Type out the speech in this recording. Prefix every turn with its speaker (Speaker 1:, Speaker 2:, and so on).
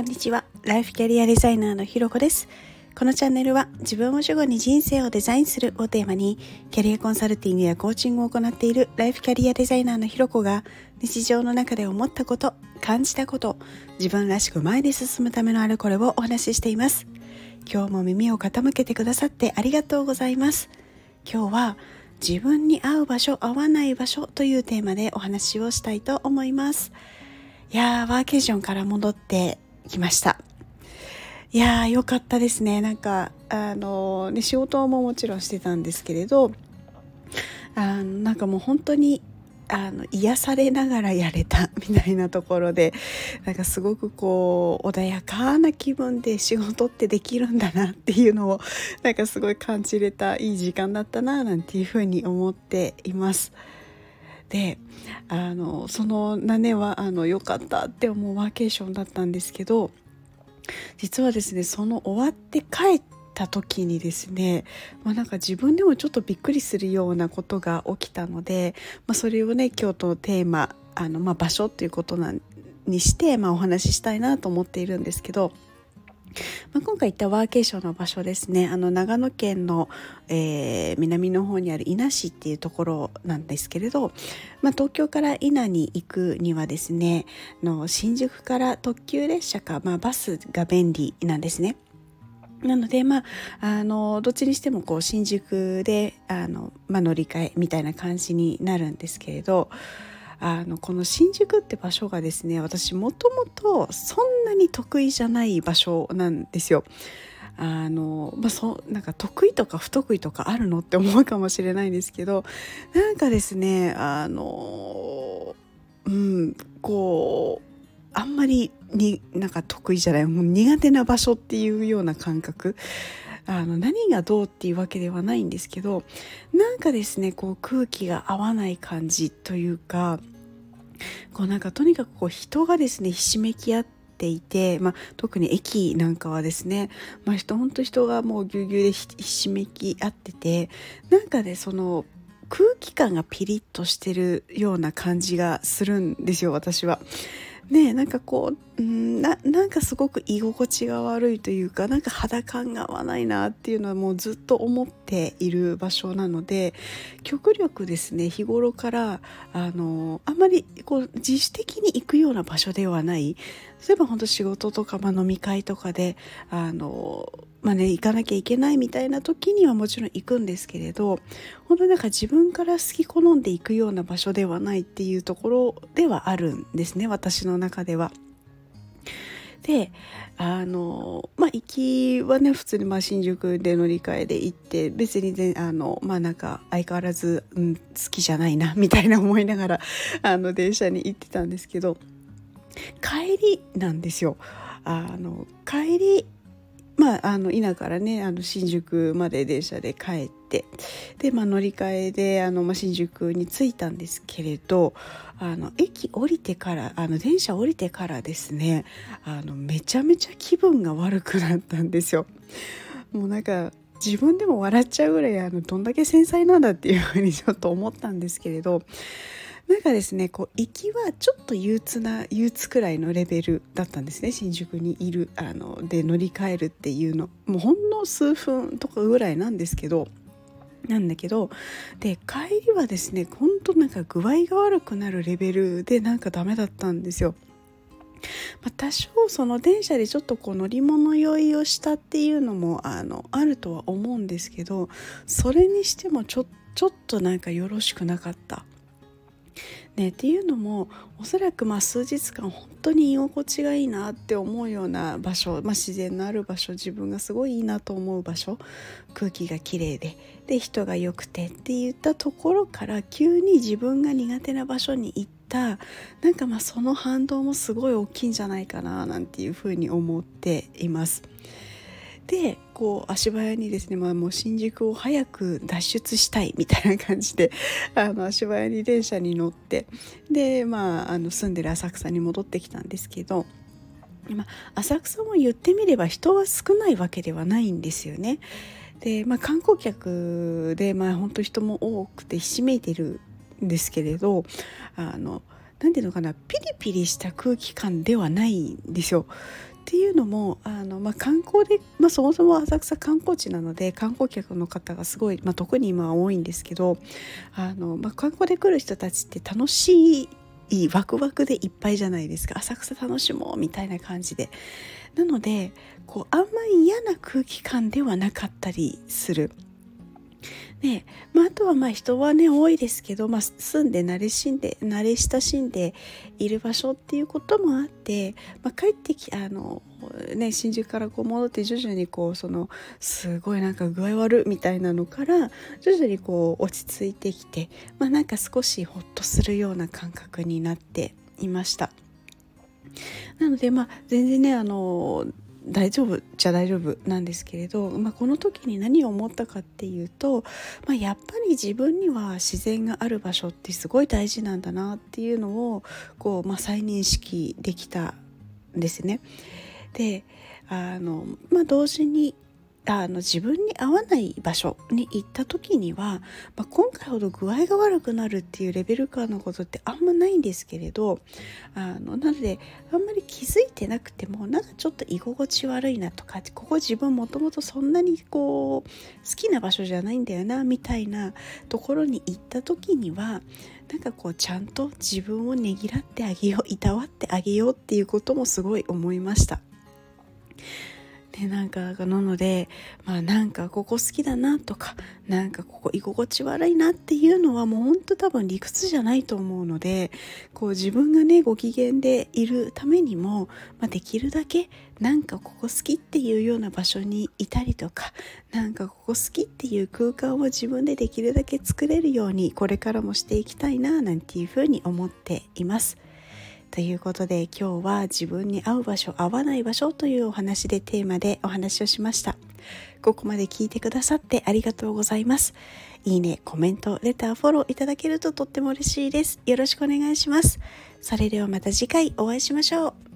Speaker 1: んにちは。ライフキャリアデザイナーのひろこです。このチャンネルは自分を主語に人生をデザインするをテーマに、キャリアコンサルティングやコーチングを行っているライフキャリアデザイナーのひろこが、日常の中で思ったこと、感じたこと、自分らしく前に進むためのあれこれをお話ししています。今日も耳を傾けてくださってありがとうございます。今日は自分に合う場所、合わない場所というテーマでお話をしたいと思います。ワーケーションから戻ってきました。良かったですね。仕事ももちろんしてたんですけれど、もう本当に癒されながらやれたみたいなところで、すごく穏やかな気分で仕事ってできるんだなっていうのをすごい感じれたいい時間だったななんていうふうに思っています。で、その7は良かったって思うワーケーションだったんですけど、実はですね、その終わって帰った時にですね、自分でもちょっとびっくりするようなことが起きたので、それをね、今日のテーマ場所っていうことにして、お話ししたいなと思っているんですけど、今回行ったワーケーションの場所ですね、長野県の、南の方にある伊那市っていうところなんですけれど、東京から伊那に行くにはですね、新宿から特急列車か、バスが便利なんですね。なのでどっちにしても新宿で乗り換えみたいな感じになるんですけれど、この新宿って場所がですね、私もともとそんなに得意じゃない場所なんですよ。得意とか不得意とかあるのって思うかもしれないんですけど、ですね、あんまりに得意じゃない、もう苦手な場所っていうような感覚、何がどうっていうわけではないんですけど、ですね、空気が合わない感じというか、とにかく人がですねひしめき合っていて、特に駅なんかはですね、本当人がもうぎゅうぎゅうでひしめき合ってて、その空気感がピリッとしてるような感じがするんですよ、私は。すごく居心地が悪いというか、肌感が合わないなっていうのはもうずっと思っている場所なので、極力ですね、日頃からあんまり自主的に行くような場所ではない。例えば本当仕事とか、飲み会とかで行かなきゃいけないみたいな時にはもちろん行くんですけれど、本当自分から好き好んで行くような場所ではないっていうところではあるんですね、私の中では。で、行きはね、普通に新宿で乗り換えで行って、別にね、相変わらず、好きじゃないなみたいな思いながら電車に行ってたんですけど、帰りなんですよ。帰り、伊那からね、新宿まで電車で帰って、で、乗り換えで新宿に着いたんですけれど、駅降りてから電車降りてからですね、めちゃめちゃ気分が悪くなったんですよ。もう自分でも笑っちゃうぐらいどんだけ繊細なんだっていうふうにちょっと思ったんですけれど、ですね、行きはちょっと憂鬱くらいのレベルだったんですね。新宿にいるで乗り換えるっていうのもうほんの数分とかぐらいなんだけど、で帰りはですね、本当具合が悪くなるレベルでダメだったんですよ。多少その電車でちょっと乗り物酔いをしたっていうのもあるとは思うんですけど、それにしてもちょっとよろしくなかったっていうのも、おそらく数日間本当に居心地がいいなって思うような場所、自然のある場所、自分がすごいいいなと思う場所、空気がきれいで人が良くてっていったところから、急に自分が苦手な場所に行った、その反動もすごい大きいんじゃないかななんていうふうに思っています。で足早にですね、もう新宿を早く脱出したいみたいな感じで足早に電車に乗って、で、住んでる浅草に戻ってきたんですけど、浅草も言ってみれば人は少ないわけではないんですよね。で、観光客で本当人も多くてひしめいているんですけれど、なんていうのかな、ピリピリした空気感ではないんですよ。 っていうのも観光で、そもそも浅草観光地なので観光客の方がすごい、特に今は多いんですけど、観光で来る人たちって楽しいワクワクでいっぱいじゃないですか。浅草楽しもうみたいな感じで、なのであんまり嫌な空気感ではなかったりする。で、あとは人はね多いですけど、住んで慣れ親しんでいる場所っていうこともあって、帰ってき新宿から戻って徐々にすごい具合悪みたいなのから徐々に落ち着いてきて、少しほっとするような感覚になっていました。なので全然ね大丈夫じゃ大丈夫なんですけれど、この時に何を思ったかっていうと、やっぱり自分には自然がある場所ってすごい大事なんだなっていうのを再認識できたんですね。で同時に自分に合わない場所に行った時には、今回ほど具合が悪くなるっていうレベル感のことってあんまないんですけれど、なのであんまり気づいてなくてもちょっと居心地悪いなとか、ここ自分もともとそんなに好きな場所じゃないんだよなみたいなところに行った時にはちゃんと自分をねぎらってあげよう、いたわってあげようっていうこともすごい思いました。でなのでここ好きだなとかここ居心地悪いなっていうのはもう本当多分理屈じゃないと思うので、自分がねご機嫌でいるためにも、できるだけここ好きっていうような場所にいたりとかここ好きっていう空間を自分でできるだけ作れるようにこれからもしていきたいななんていうふうに思っています。ということで今日は自分に合う場所合わない場所というお話でテーマでお話をしました。ここまで聞いてくださってありがとうございます。いいね、コメント、レター、フォローいただけるととっても嬉しいです。よろしくお願いします。それではまた次回お会いしましょう。